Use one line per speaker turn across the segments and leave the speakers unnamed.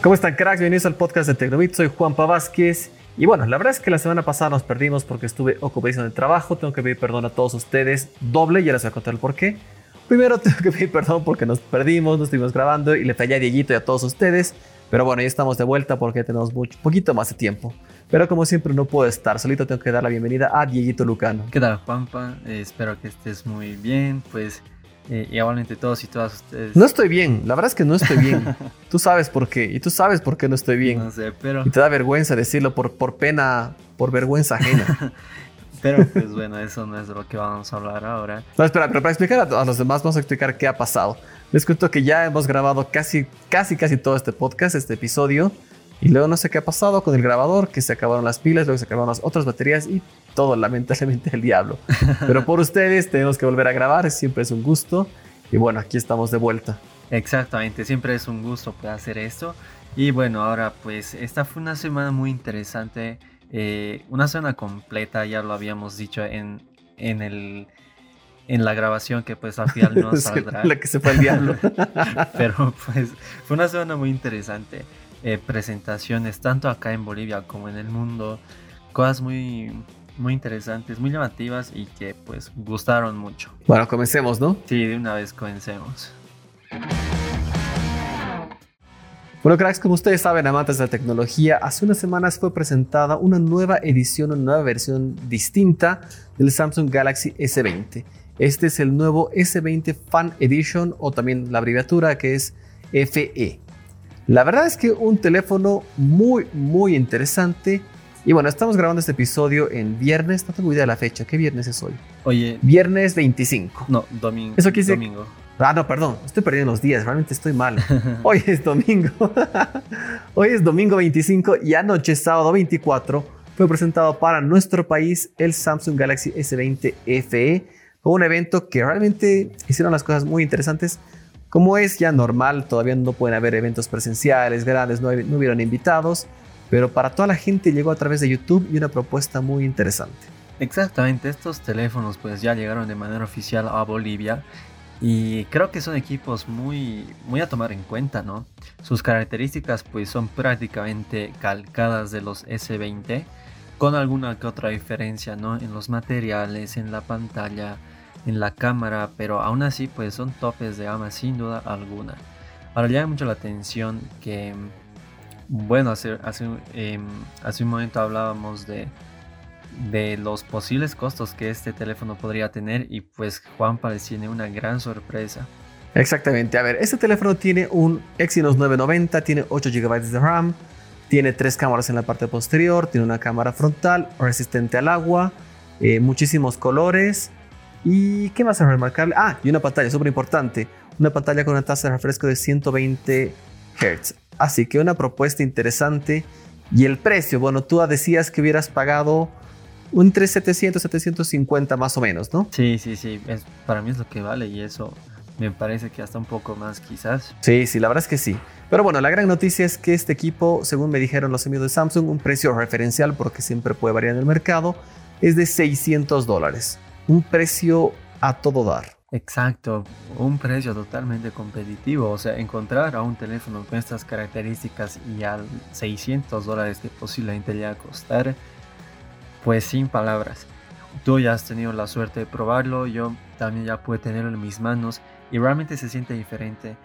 ¿Cómo están, cracks? Bienvenidos al podcast de Tecnobit. Soy Juanpa Vázquez. Y bueno, la verdad es que la semana pasada nos perdimos porque estuve ocupadísimo en el trabajo. Tengo que pedir perdón a todos ustedes doble, ya les voy a contar el por qué. Primero tengo que pedir perdón porque nos perdimos, no estuvimos grabando y le fallé a Dieguito y a todos ustedes. Pero bueno, ya estamos de vuelta porque tenemos poquito más de tiempo. Pero como siempre no puedo estar solito, tengo que dar la bienvenida a Dieguito Lucano.
¿Qué tal, Juanpa? Espero que estés muy bien, pues igualmente todos y todas ustedes.
No estoy bien, la verdad es que no estoy bien. Tú sabes por qué, y tú sabes por qué no estoy bien.
No sé, pero...
Y te da vergüenza decirlo por pena, por vergüenza ajena.
Pero pues bueno, eso no es de lo que vamos a hablar ahora.
No, espera, pero para explicar a los demás vamos a explicar qué ha pasado. Les cuento que ya hemos grabado casi todo este podcast, este episodio. Y luego no sé qué ha pasado con el grabador, que se acabaron las pilas, luego se acabaron las otras baterías y todo, lamentablemente, el diablo. Pero por ustedes tenemos que volver a grabar, siempre es un gusto. Y bueno, aquí estamos de vuelta.
Exactamente, siempre es un gusto poder hacer esto. Y bueno, ahora pues esta fue una semana muy interesante, una semana completa, ya lo habíamos dicho en la grabación, que pues al final no saldrá.
La que se fue al diablo.
Pero pues fue una semana muy interesante. Presentaciones tanto acá en Bolivia como en el mundo, cosas muy interesantes, muy llamativas y que pues gustaron mucho.
Bueno, comencemos, ¿no?
Sí, de una vez comencemos.
Bueno, cracks, como ustedes saben, amantes de la tecnología, hace unas semanas fue presentada una nueva edición, una nueva versión distinta del Samsung Galaxy S20. Este es el nuevo S20 Fan Edition, o también la abreviatura que es FE. La verdad es que un teléfono muy interesante. Y bueno, estamos grabando este episodio en viernes. No tengo idea de la fecha. ¿Qué viernes es hoy?
Oye.
Viernes 25.
No, domingo.
Eso quiere decir...
Domingo.
Ah, no, perdón. Estoy perdiendo los días. Realmente estoy mal. Hoy es domingo. Hoy es domingo 25 y anoche, sábado 24, fue presentado para nuestro país el Samsung Galaxy S20 FE. Fue un evento que realmente hicieron las cosas muy interesantes. Como es ya normal, todavía no pueden haber eventos presenciales grandes, no hubieron invitados, pero para toda la gente llegó a través de YouTube y una propuesta muy interesante.
Exactamente, estos teléfonos pues ya llegaron de manera oficial a Bolivia y creo que son equipos muy a tomar en cuenta, ¿no? Sus características pues son prácticamente calcadas de los S20, con alguna que otra diferencia, ¿no? En los materiales, en la pantalla, en la cámara, pero aún así pues son topes de gama sin duda alguna. Ahora llama mucho la atención que, bueno, hace un momento hablábamos de los posibles costos que este teléfono podría tener y pues Juanpa les tiene una gran sorpresa.
Exactamente, a ver, este teléfono tiene un Exynos 990, tiene 8 GB de RAM, tiene 3 cámaras en la parte posterior, tiene una cámara frontal resistente al agua, muchísimos colores. ¿Y qué más es remarcable? Ah, y una pantalla súper importante. Una pantalla con una tasa de refresco de 120 Hz. Así que una propuesta interesante. Y el precio, bueno, tú decías que hubieras pagado entre 700 y 750 más o menos, ¿no?
Sí. Para mí es lo que vale y eso me parece que hasta un poco más quizás.
Sí, la verdad es que sí. Pero bueno, la gran noticia es que este equipo, según me dijeron los amigos de Samsung, un precio referencial porque siempre puede variar en el mercado, es de $600. Un precio a todo dar.
Exacto, un precio totalmente competitivo. O sea, encontrar a un teléfono con estas características y a $600 que posiblemente le va a costar, pues sin palabras. Tú ya has tenido la suerte de probarlo, yo también ya pude tenerlo en mis manos y realmente se siente diferente.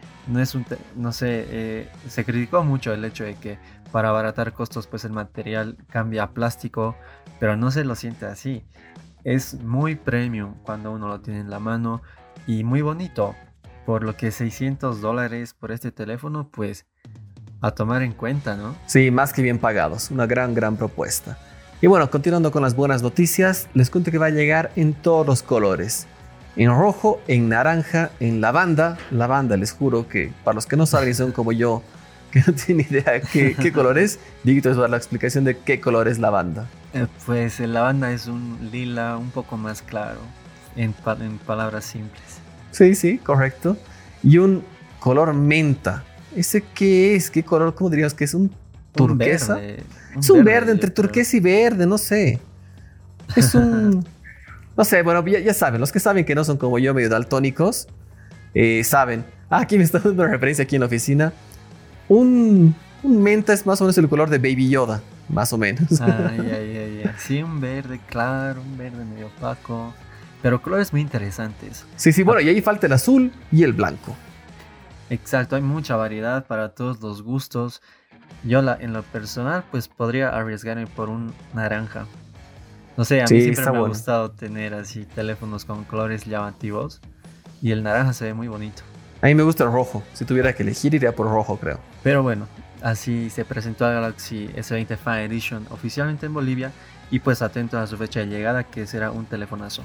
Se criticó mucho el hecho de que para abaratar costos pues el material cambia a plástico, pero no se lo siente así. Es muy premium cuando uno lo tiene en la mano y muy bonito, por lo que $600 por este teléfono, pues a tomar en cuenta, ¿no?
Sí, más que bien pagados, una gran propuesta. Y bueno, continuando con las buenas noticias, les cuento que va a llegar en todos los colores. En rojo, en naranja, en lavanda. Lavanda, les juro que para los que no saben y son como yo, que no tienen idea qué color es, Dieguito les va a dar la explicación de qué color es lavanda.
Pues el lavanda es un lila un poco más claro, en palabras simples.
Sí, correcto. Y un color menta. ¿Ese qué es? ¿Qué color? ¿Cómo diríamos que es? ¿Un turquesa? Es un verde entre turquesa y verde, no sé. Es un... No sé, bueno, ya saben, los que saben que no son como yo, medio daltónicos, saben. Aquí me está dando una referencia aquí en la oficina. Un Un menta es más o menos el color de Baby Yoda, más o menos.
Ay. Sí, un verde claro, un verde medio opaco. Pero colores muy interesantes.
Sí, bueno, y ahí falta el azul y el blanco.
Exacto, hay mucha variedad para todos los gustos. Yo en lo personal pues podría arriesgarme por un naranja. No sé, a mí siempre me ha gustado tener así teléfonos con colores llamativos. Y el naranja se ve muy bonito.
A mí me gusta el rojo. Si tuviera que elegir, iría por rojo, creo.
Pero bueno, así se presentó el Galaxy S20 Fan Edition oficialmente en Bolivia. Y pues atento a su fecha de llegada, que será un telefonazo.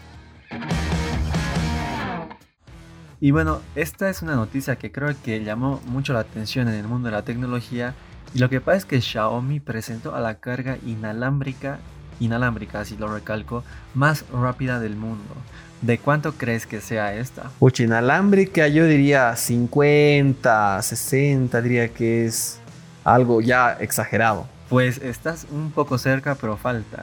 Y bueno, esta es una noticia que creo que llamó mucho la atención en el mundo de la tecnología. Y lo que pasa es que Xiaomi presentó a la carga inalámbrica, así lo recalco, más rápida del mundo. ¿De cuánto crees que sea esta?
Pucha, inalámbrica yo diría 50, 60, diría que es algo ya exagerado.
Pues estás un poco cerca, pero falta.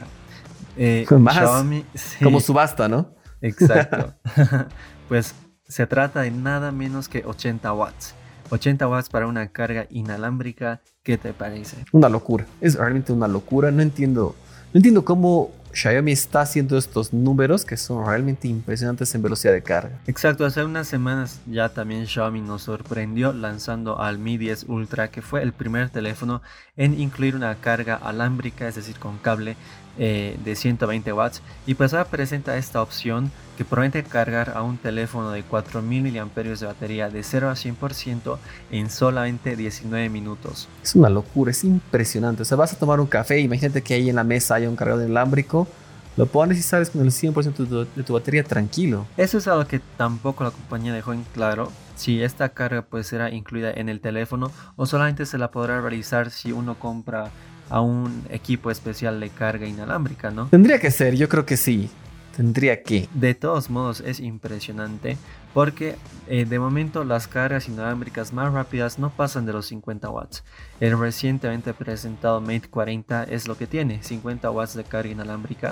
Más
Xiaomi, sí,
como subasta, ¿no?
Exacto. Pues se trata de nada menos que 80 watts. 80 watts para una carga inalámbrica, ¿qué te parece?
Una locura, es realmente una locura. No entiendo cómo Xiaomi está haciendo estos números que son realmente impresionantes en velocidad de carga.
Exacto, hace unas semanas ya también Xiaomi nos sorprendió lanzando al Mi 10 Ultra, que fue el primer teléfono en incluir una carga alámbrica, es decir, con cable de 120 watts. Y pues ahora presenta esta opción que promete cargar a un teléfono de 4000 mAh de batería de 0 a 100% en solamente 19 minutos.
Es una locura, es impresionante. O sea, vas a tomar un café, imagínate que ahí en la mesa haya un cargador inalámbrico, lo pones y sales con el 100% de tu batería tranquilo.
Eso es algo que tampoco la compañía dejó en claro, si esta carga pues será incluida en el teléfono o solamente se la podrá realizar si uno compra a un equipo especial de carga inalámbrica, ¿no?
Tendría que ser, yo creo que sí. Tendría que.
De todos modos es impresionante porque de momento las cargas inalámbricas más rápidas no pasan de los 50 watts. El recientemente presentado Mate 40 es lo que tiene, 50 watts de carga inalámbrica.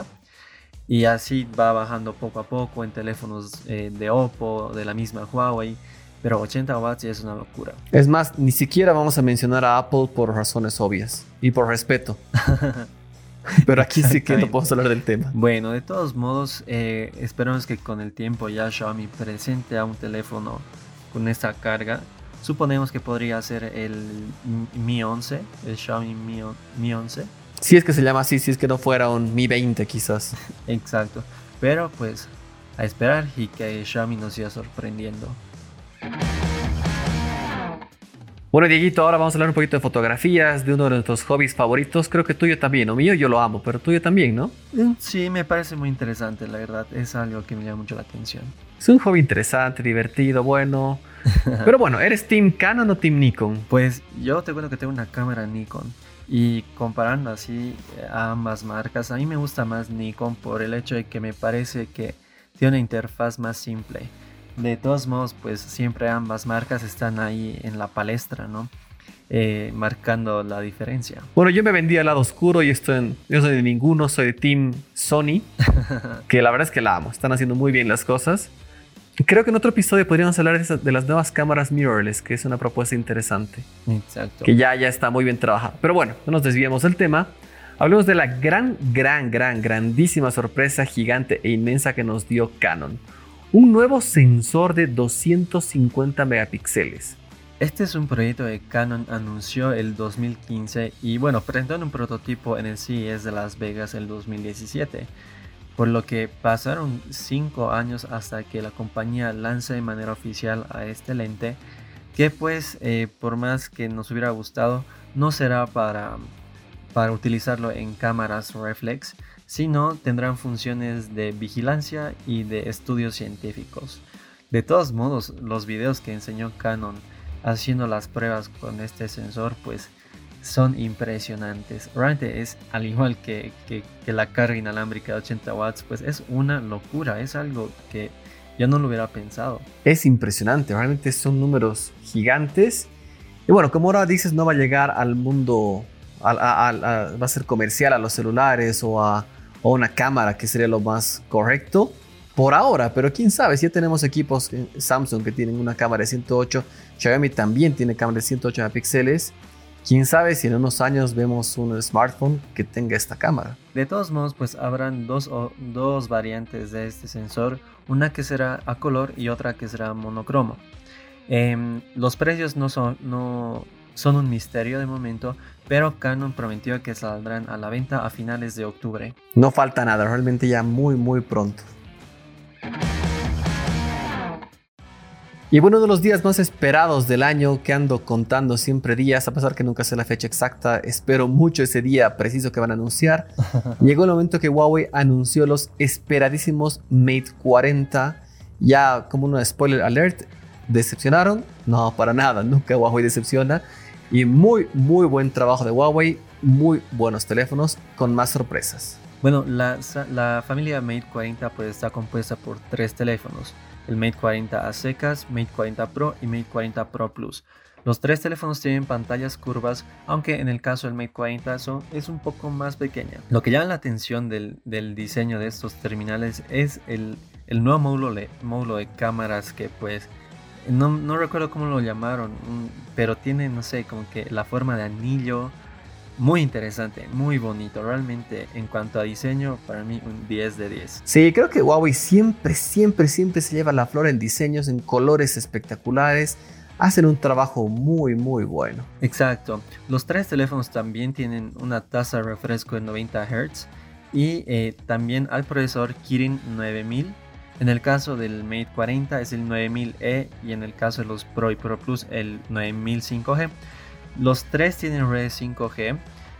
Y así va bajando poco a poco en teléfonos de Oppo, de la misma Huawei. Pero 80 watts ya es una locura.
Es más, ni siquiera vamos a mencionar a Apple por razones obvias y por respeto. Pero aquí sí que no podemos hablar del tema.
Bueno, de todos modos, esperamos que con el tiempo ya Xiaomi presente a un teléfono con esta carga. Suponemos que podría ser el Mi 11, el Xiaomi Mi 11.
Si es que se llama así, si es que no fuera un Mi 20 quizás.
Exacto, pero pues a esperar y que Xiaomi nos siga sorprendiendo.
Bueno, Dieguito, ahora vamos a hablar un poquito de fotografías, de uno de nuestros hobbies favoritos. Creo que tuyo también, o mío yo lo amo, pero tuyo también, ¿no?
Sí, me parece muy interesante, la verdad. Es algo que me llama mucho la atención.
Es un hobby interesante, divertido, bueno. Pero bueno, ¿eres Team Canon o Team Nikon?
Pues yo te cuento que tengo una cámara Nikon. Y comparando así a ambas marcas, a mí me gusta más Nikon por el hecho de que me parece que tiene una interfaz más simple. De todos modos, pues siempre ambas marcas están ahí en la palestra, ¿no? Marcando la diferencia.
Bueno, yo me vendí al lado oscuro y yo soy de ninguno, soy de Team Sony, que la verdad es que la amo, están haciendo muy bien las cosas. Creo que en otro episodio podríamos hablar de las nuevas cámaras mirrorless, que es una propuesta interesante.
Exacto.
Que ya está muy bien trabajada. Pero bueno, no nos desviemos del tema. Hablemos de la grandísima sorpresa gigante e inmensa que nos dio Canon. Un nuevo sensor de 250 megapíxeles.
Este es un proyecto que Canon anunció el 2015 y bueno, presentó un prototipo en el CES de Las Vegas el 2017. Por lo que pasaron 5 años hasta que la compañía lance de manera oficial a este lente, que pues por más que nos hubiera gustado, no será para utilizarlo en cámaras reflex, sino tendrán funciones de vigilancia y de estudios científicos. De todos modos, los videos que enseñó Canon haciendo las pruebas con este sensor pues son impresionantes. Realmente es, al igual que la carga inalámbrica de 80 watts, pues es una locura, es algo que yo no lo hubiera pensado.
Es impresionante, realmente son números gigantes. Y bueno, como ahora dices, no va a llegar al mundo, va a ser comercial a los celulares o a una cámara, que sería lo más correcto por ahora, pero quién sabe, si ya tenemos equipos Samsung que tienen una cámara de 108, Xiaomi también tiene cámara de 108 megapíxeles. Quién sabe si en unos años vemos un smartphone que tenga esta cámara.
De todos modos, pues habrán dos variantes de este sensor, una que será a color y otra que será monocromo. Los precios no son un misterio de momento, pero Canon prometió que saldrán a la venta a finales de octubre.
No falta nada, realmente ya muy pronto. Y bueno, uno de los días más esperados del año, que ando contando siempre días, a pesar que nunca sé la fecha exacta, espero mucho ese día preciso que van a anunciar. Llegó el momento que Huawei anunció los esperadísimos Mate 40. Ya como una spoiler alert, ¿decepcionaron? No, para nada, nunca Huawei decepciona. Y muy buen trabajo de Huawei, muy buenos teléfonos con más sorpresas.
Bueno, la familia Mate 40 pues está compuesta por 3 teléfonos. El Mate 40 a secas, Mate 40 Pro y Mate 40 Pro Plus. Los 3 teléfonos tienen pantallas curvas, aunque en el caso del Mate 40 es un poco más pequeña. Lo que llama la atención del diseño de estos terminales es el nuevo módulo de cámaras que pues no recuerdo cómo lo llamaron, pero tiene, no sé, como que la forma de anillo. Muy interesante, muy bonito. Realmente, en cuanto a diseño, para mí un 10 de 10.
Sí, creo que Huawei siempre se lleva la flor en diseños, en colores espectaculares. Hacen un trabajo muy bueno.
Exacto. Los 3 teléfonos también tienen una tasa de refresco de 90 Hz y también al procesador Kirin 9000. En el caso del Mate 40 es el 9000E y en el caso de los Pro y Pro Plus el 9000 5G. Los 3 tienen redes 5G,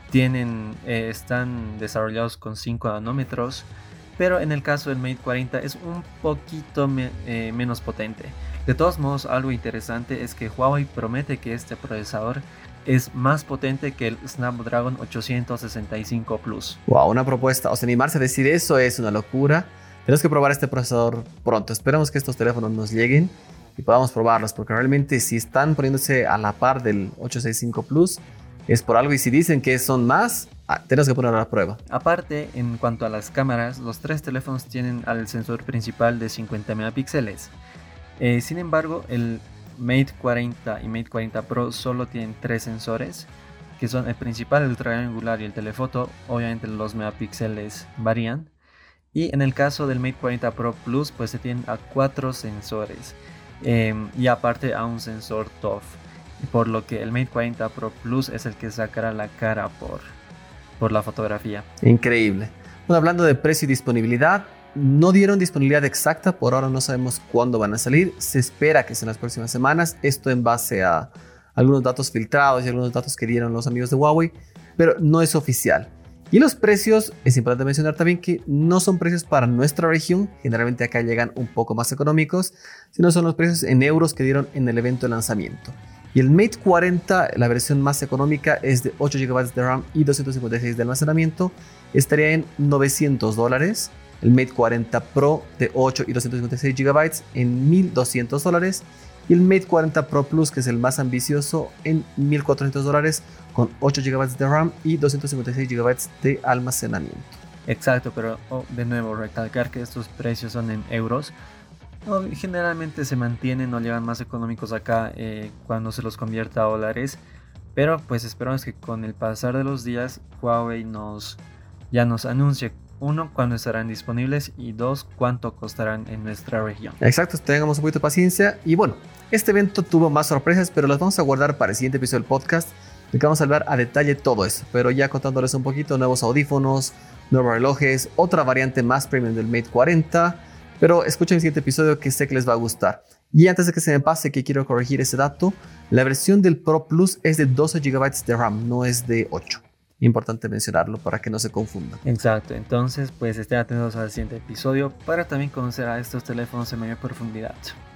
están desarrollados con 5 nanómetros, pero en el caso del Mate 40 es un poquito menos potente. De todos modos, algo interesante es que Huawei promete que este procesador es más potente que el Snapdragon 865 Plus.
Wow, una propuesta, o sea, animarse a decir eso es una locura. Tenemos que probar este procesador pronto. Esperamos que estos teléfonos nos lleguen y podamos probarlos, porque realmente si están poniéndose a la par del 865 Plus es por algo, y si dicen que son más, tenemos que ponerlo a la prueba.
Aparte, en cuanto a las cámaras, los 3 teléfonos tienen al sensor principal de 50 megapíxeles. Sin embargo, el Mate 40 y Mate 40 Pro solo tienen 3 sensores, que son el principal, el triangular y el telefoto. Obviamente los megapíxeles varían. Y en el caso del Mate 40 Pro Plus, pues se tienen a 4 sensores. Y aparte a un sensor TOF, por lo que el Mate 40 Pro Plus es el que sacará la cara por la fotografía.
Increíble. Bueno, hablando de precio y disponibilidad, no dieron disponibilidad exacta, por ahora no sabemos cuándo van a salir. Se espera que sean las próximas semanas, esto en base a algunos datos filtrados y algunos datos que dieron los amigos de Huawei, pero no es oficial. Y los precios, es importante mencionar también que no son precios para nuestra región, generalmente acá llegan un poco más económicos, sino son los precios en euros que dieron en el evento de lanzamiento. Y el Mate 40, la versión más económica, es de 8 GB de RAM y 256 de almacenamiento, estaría en $900. El Mate 40 Pro de 8 y 256 GB en $1,200. Y el Mate 40 Pro Plus, que es el más ambicioso, en $1,400 con 8 GB de RAM y 256 GB de almacenamiento.
Exacto, pero de nuevo recalcar que estos precios son en euros. Generalmente se mantienen o llegan más económicos acá cuando se los convierta a dólares. Pero pues esperamos que con el pasar de los días Huawei ya nos anuncie, 1, cuándo estarán disponibles y 2, cuánto costarán en nuestra región.
Exacto, tengamos un poquito de paciencia. Y bueno, este evento tuvo más sorpresas, pero las vamos a guardar para el siguiente episodio del podcast, en que vamos a hablar a detalle todo eso. Pero ya contándoles un poquito, nuevos audífonos, nuevos relojes, otra variante más premium del Mate 40. Pero escuchen el siguiente episodio, que sé que les va a gustar. Y antes de que se me pase, que quiero corregir ese dato, la versión del Pro Plus es de 12 GB de RAM, no es de 8. Importante mencionarlo para que no se confundan.
Exacto, entonces pues estén atentos al siguiente episodio para también conocer a estos teléfonos en mayor profundidad.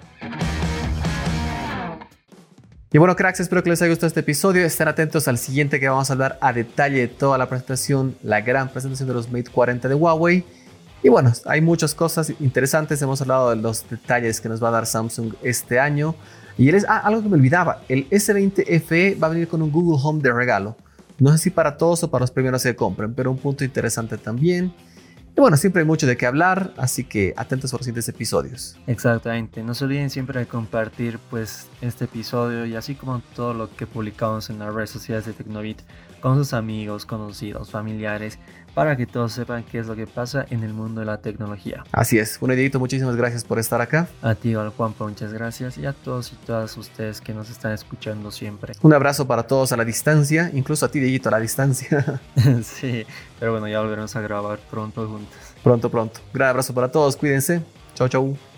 Y bueno, cracks, espero que les haya gustado este episodio. Estén atentos al siguiente, que vamos a hablar a detalle de toda la presentación, la gran presentación de los Mate 40 de Huawei. Y bueno, hay muchas cosas interesantes. Hemos hablado de los detalles que nos va a dar Samsung este año. Y algo que me olvidaba, el S20 FE va a venir con un Google Home de regalo. No sé si para todos o para los primeros que compren, pero un punto interesante también. Y bueno, siempre hay mucho de qué hablar, así que atentos por los siguientes episodios.
Exactamente, no se olviden siempre de compartir pues este episodio y así como todo lo que publicamos en las redes sociales de Tecnobit con sus amigos, conocidos, familiares, para que todos sepan qué es lo que pasa en el mundo de la tecnología.
Así es. Bueno, Dieguito, muchísimas gracias por estar acá.
A ti, al Juanpa, muchas gracias, y a todos y todas ustedes que nos están escuchando siempre.
Un abrazo para todos a la distancia, incluso a ti, Dieguito, a la distancia.
Sí, pero bueno, ya volveremos a grabar pronto juntos.
Pronto. Gran abrazo para todos, cuídense. Chau, chau.